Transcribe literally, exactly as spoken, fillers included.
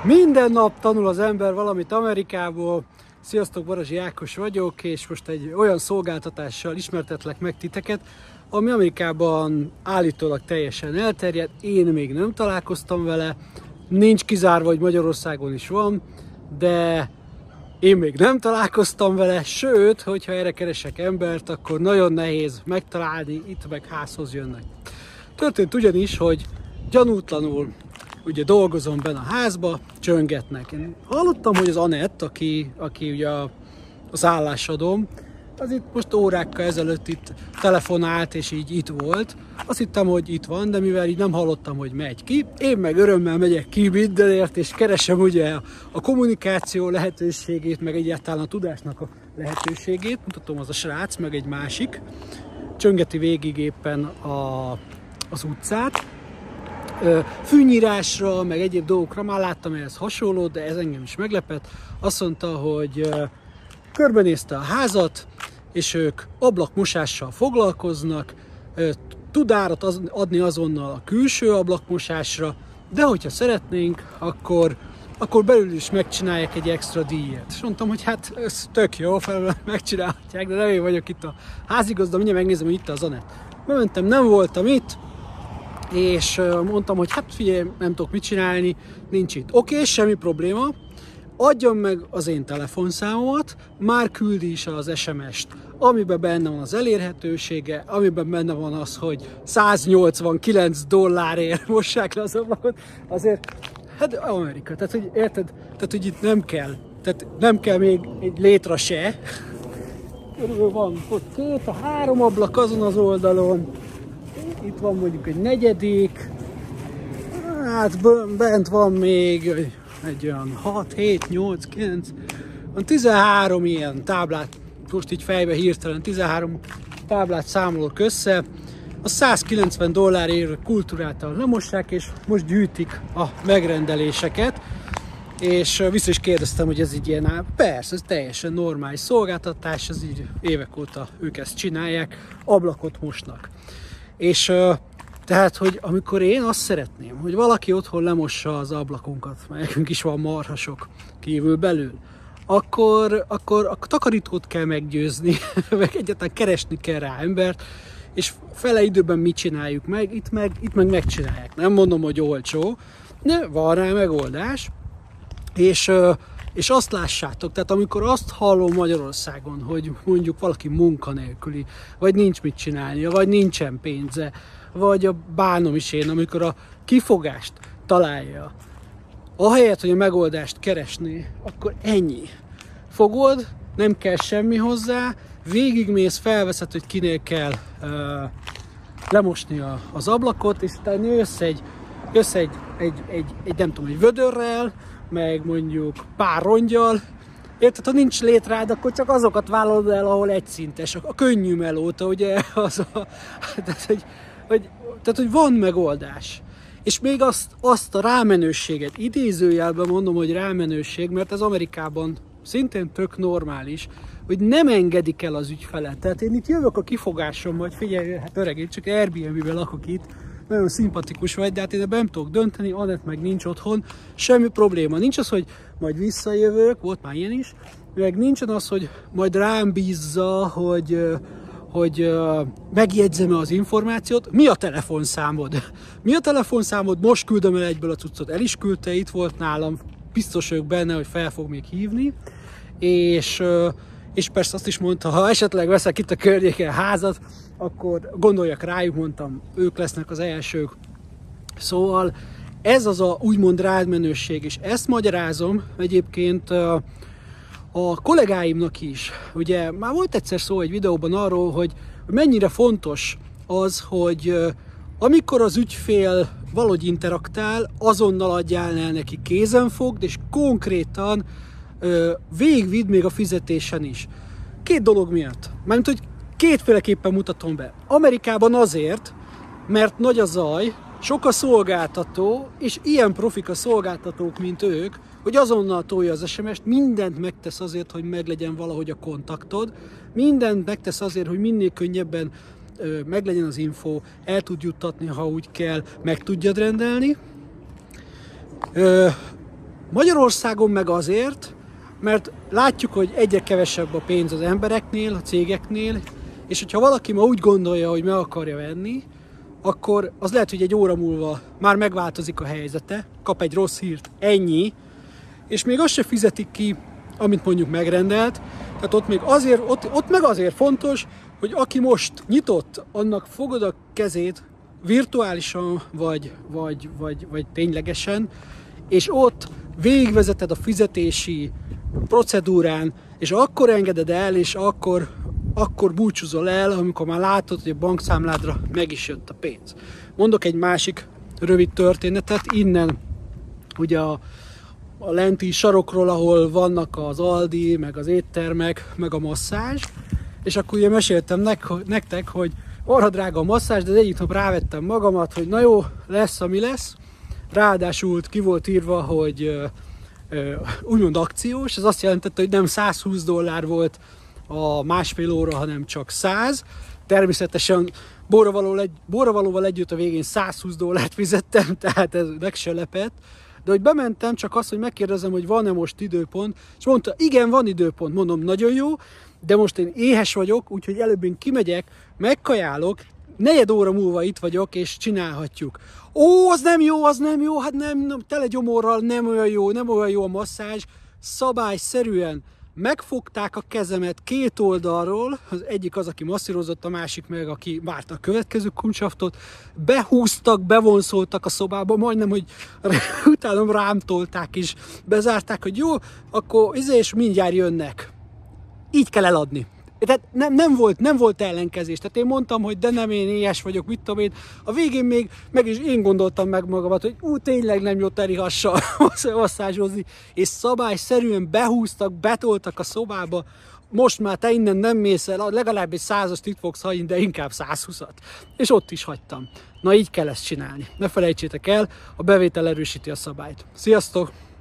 Minden nap tanul az ember valamit Amerikából. Sziasztok, Barazsi Ákos vagyok, és most egy olyan szolgáltatással ismertetlek meg titeket, ami Amerikában állítólag teljesen elterjedt. Én még nem találkoztam vele, nincs kizárva, hogy Magyarországon is van, de én még nem találkoztam vele, sőt, hogyha erre keresek embert, akkor nagyon nehéz megtalálni, itt meg házhoz jönnek. Történt ugyanis, hogy gyanútlanul ugye dolgozom benne a házba, csöngetnek. Én hallottam, hogy az Anett, aki, aki ugye az állásadóm, az itt most órákkal ezelőtt itt telefonált, és így itt volt. Azt hittem, hogy itt van, de mivel így nem hallottam, hogy megy ki, én meg örömmel megyek ki mindenért, és keresem ugye a kommunikáció lehetőségét, meg egyáltalán a tudásnak a lehetőségét. Mutatom, az a srác, meg egy másik. Csöngeti végig éppen a, az utcát. Fűnyírásra, meg egyéb dolgokra már láttam ehhez hasonlót, de ez engem is meglepett. Azt mondta, hogy körbenézte a házat, és ők ablakmosással foglalkoznak, tud árat adni azonnal a külső ablakmosásra, de hogyha szeretnénk, akkor, akkor belül is megcsinálják egy extra díjat. És mondtam, hogy hát ez tök jó, felül megcsinálhatják, de nem én vagyok itt a házigazda, mindjárt megnézem, hogy itt az Anett. Bementem, nem voltam itt, és mondtam, hogy hát figyelj, nem tudok mit csinálni, nincs itt. Oké, okay, semmi probléma, adjon meg az én telefonszámomat, már küldi is az es em es-t, amiben benne van az elérhetősége, amiben benne van az, hogy száznyolcvankilenc dollárért mossák le az ablakot, azért, hát Amerika, tehát hogy érted, tehát hogy itt nem kell, tehát nem kell még egy létra se, körülbelül van ott két, a három ablak azon az oldalon, itt van mondjuk egy negyedik, hát bent van még egy olyan hat, hét, nyolc, kilenc, van tizenhárom ilyen táblát, most így fejbe hirtelen tizenhárom táblát számolok össze, a százkilencven dollárért kultúráltan lemossák, és most gyűjtik a megrendeléseket, és vissza is kérdeztem, hogy ez így ilyen áll. Persze, ez teljesen normális szolgáltatás, ez így évek óta ők ezt csinálják, ablakot mosnak. És tehát, hogy amikor én azt szeretném, hogy valaki otthon lemossa az ablakunkat, mert nekünk is van marhasok kívül belül, akkor, akkor a takarítót kell meggyőzni, meg egyáltalán keresni kell rá embert, és fele időben mit csináljuk meg, itt meg, itt meg megcsinálják. Nem mondom, hogy olcsó, de van rá megoldás, és, és azt lássátok, tehát amikor azt hallom Magyarországon, hogy mondjuk valaki munkanélküli, vagy nincs mit csinálnia, vagy nincsen pénze, vagy a bánom is én, amikor a kifogást találja, ahelyett, hogy a megoldást keresné, akkor ennyi. Fogod, nem kell semmi hozzá, végigmész, felveszed, hogy kinél kell uh, lemosni a, az ablakot, és utána jössz egy, jössz egy, egy, egy, egy, nem tudom, egy vödörrel, meg mondjuk pár rongyal. Érted, ha nincs létrád, akkor csak azokat vállalod el, ahol egyszintes. A könnyű melóta, ugye, az a, tehát, hogy, hogy, tehát, hogy van megoldás. És még azt, azt a rámenőséget, idézőjelben mondom, hogy rámenőség, mert ez Amerikában szintén tök normális, hogy nem engedik el az ügyfelet. Tehát én itt jövök a kifogásom, hogy figyelj, hát öreg, én csak Airbnb-ben lakok itt, nagyon szimpatikus vagy, de hát én nem tudok dönteni, Anett meg nincs otthon, semmi probléma. Nincs az, hogy majd visszajövök, volt már ilyen is, meg nincsen az, hogy majd rám bízza, hogy, hogy megjegyzem-e az információt. Mi a telefonszámod? Mi a telefonszámod? Most küldöm el egyből a cuccot. El is küldte, itt volt nálam, biztos vagyok benne, hogy fel fog még hívni, és, és persze azt is mondta, ha esetleg veszek itt a környéken házat, akkor gondoljak rájuk, mondtam, ők lesznek az elsők. Szóval ez az a úgymond rámenőség, és ezt magyarázom egyébként a kollégáimnak is. Ugye már volt egyszer szó egy videóban arról, hogy mennyire fontos az, hogy amikor az ügyfél valahogy interaktál, azonnal adjál el neki kézenfogd, és konkrétan végigvidd még a fizetésen is. Két dolog miatt. Mármint, hogy kétféleképpen mutatom be. Amerikában azért, mert nagy a zaj, sok a szolgáltató, és ilyen profik a szolgáltatók, mint ők, hogy azonnal tolja az es em es-t, mindent megtesz azért, hogy meglegyen valahogy a kontaktod, mindent megtesz azért, hogy minél könnyebben ö, meglegyen az info, el tud juttatni, ha úgy kell, meg tudjad rendelni. Ö, Magyarországon meg azért, mert látjuk, hogy egyre kevesebb a pénz az embereknél, a cégeknél, és hogyha valaki ma úgy gondolja, hogy meg akarja venni, akkor az lehet, hogy egy óra múlva már megváltozik a helyzete, kap egy rossz hírt, ennyi, és még azt se fizetik ki, amit mondjuk megrendelt. Tehát ott, még azért, ott, ott meg azért fontos, hogy aki most nyitott, annak fogod a kezét virtuálisan, vagy, vagy, vagy, vagy ténylegesen, és ott végigvezeted a fizetési procedúrán, és akkor engeded el, és akkor, akkor búcsúzol el, amikor már látod, hogy a bankszámládra meg is jött a pénz. Mondok egy másik rövid történetet, innen ugye a, a lenti sarokról, ahol vannak az Aldi, meg az éttermek, meg a masszázs, és akkor ugye meséltem nektek, hogy arra drága a masszázs, de az egyik nap rávettem magamat, hogy na jó, lesz, ami lesz. Ráadásul ki volt írva, hogy ö, ö, úgymond akciós, ez azt jelentette, hogy nem százhúsz dollár volt a másfél óra, hanem csak száz. Természetesen borravalóval, egy, borravalóval együtt a végén százhúsz dollárt fizettem, tehát ez meg se lepett. De hogy bementem, csak azt, hogy megkérdezem, hogy van-e most időpont, és mondta, igen, van időpont, mondom, nagyon jó, de most én éhes vagyok, úgyhogy előbb én kimegyek, megkajálok, negyed óra múlva itt vagyok, és csinálhatjuk. Ó, az nem jó, az nem jó, hát nem, nem tele gyomorral, nem olyan jó, nem olyan jó a masszázs. Szabályszerűen megfogták a kezemet két oldalról, az egyik az, aki masszírozott, a másik meg, aki várta a következő kuncsaftot, behúztak, bevonszoltak a szobába, majdnem, hogy utána rám tolták és bezárták, hogy jó, akkor izé, és mindjárt jönnek. Így kell eladni. Tehát nem, nem, volt, nem volt ellenkezés. Tehát én mondtam, hogy de nem, én éhes vagyok, mit tudom én. A végén még meg is én gondoltam meg magamat, hogy ú, tényleg nem jó teri hassal masszázsozni. És szabályszerűen behúztak, betoltak a szobába. Most már te innen nem mész el, legalább egy százast itt fogsz hagyni, de inkább százhúszat. És ott is hagytam. Na így kell ezt csinálni. Ne felejtsétek el, a bevétel erősíti a szabályt. Sziasztok!